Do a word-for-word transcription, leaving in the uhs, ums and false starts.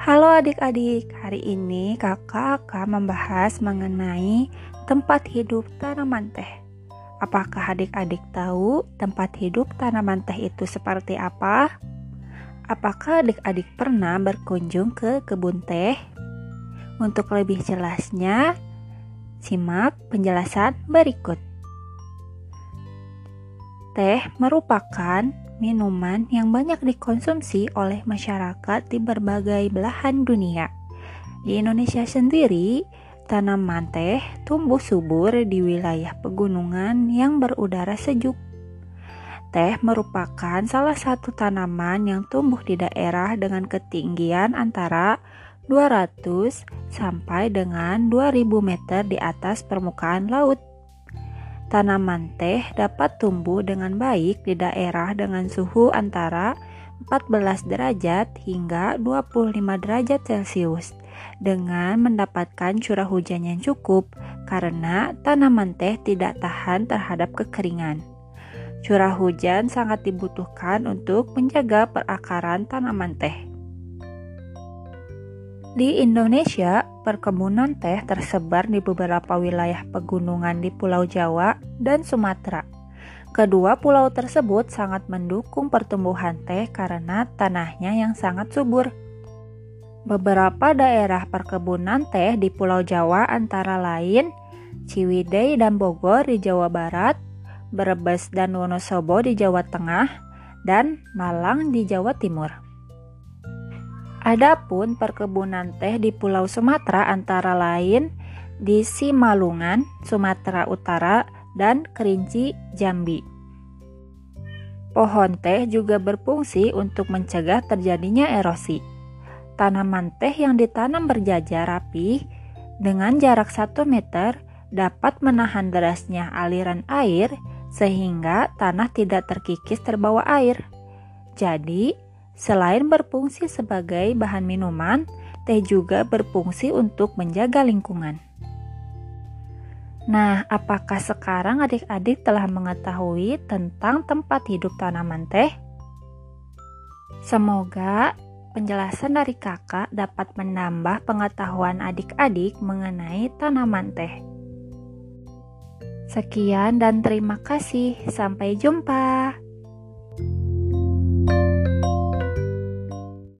Halo adik-adik, hari ini kakak akan membahas mengenai tempat hidup tanaman teh. Apakah adik-adik tahu tempat hidup tanaman teh itu seperti apa? Apakah adik-adik pernah berkunjung ke kebun teh? Untuk lebih jelasnya, simak penjelasan berikut. Teh merupakan minuman yang banyak dikonsumsi oleh masyarakat di berbagai belahan dunia. Di Indonesia sendiri, tanaman teh tumbuh subur di wilayah pegunungan yang berudara sejuk. Teh merupakan salah satu tanaman yang tumbuh di daerah dengan ketinggian antara dua ratus sampai dengan dua ribu meter di atas permukaan laut. Tanaman teh dapat tumbuh dengan baik di daerah dengan suhu antara empat belas derajat hingga dua puluh lima derajat Celcius dengan mendapatkan curah hujan yang cukup karena tanaman teh tidak tahan terhadap kekeringan. Curah hujan sangat dibutuhkan untuk menjaga perakaran tanaman teh. Di Indonesia, perkebunan teh tersebar di beberapa wilayah pegunungan di Pulau Jawa dan Sumatera. Kedua pulau tersebut sangat mendukung pertumbuhan teh karena tanahnya yang sangat subur. Beberapa daerah perkebunan teh di Pulau Jawa antara lain Ciwidey dan Bogor di Jawa Barat, Brebes dan Wonosobo di Jawa Tengah, dan Malang di Jawa Timur. Adapun perkebunan teh di Pulau Sumatera antara lain di Simalungun, Sumatera Utara, dan Kerinci, Jambi. Pohon teh juga berfungsi untuk mencegah terjadinya erosi. Tanaman teh yang ditanam berjajar rapi dengan jarak satu meter dapat menahan derasnya aliran air sehingga tanah tidak terkikis terbawa air. Jadi, selain berfungsi sebagai bahan minuman, teh juga berfungsi untuk menjaga lingkungan. Nah, apakah sekarang adik-adik telah mengetahui tentang tempat hidup tanaman teh? Semoga penjelasan dari kakak dapat menambah pengetahuan adik-adik mengenai tanaman teh. Sekian dan terima kasih. Sampai jumpa.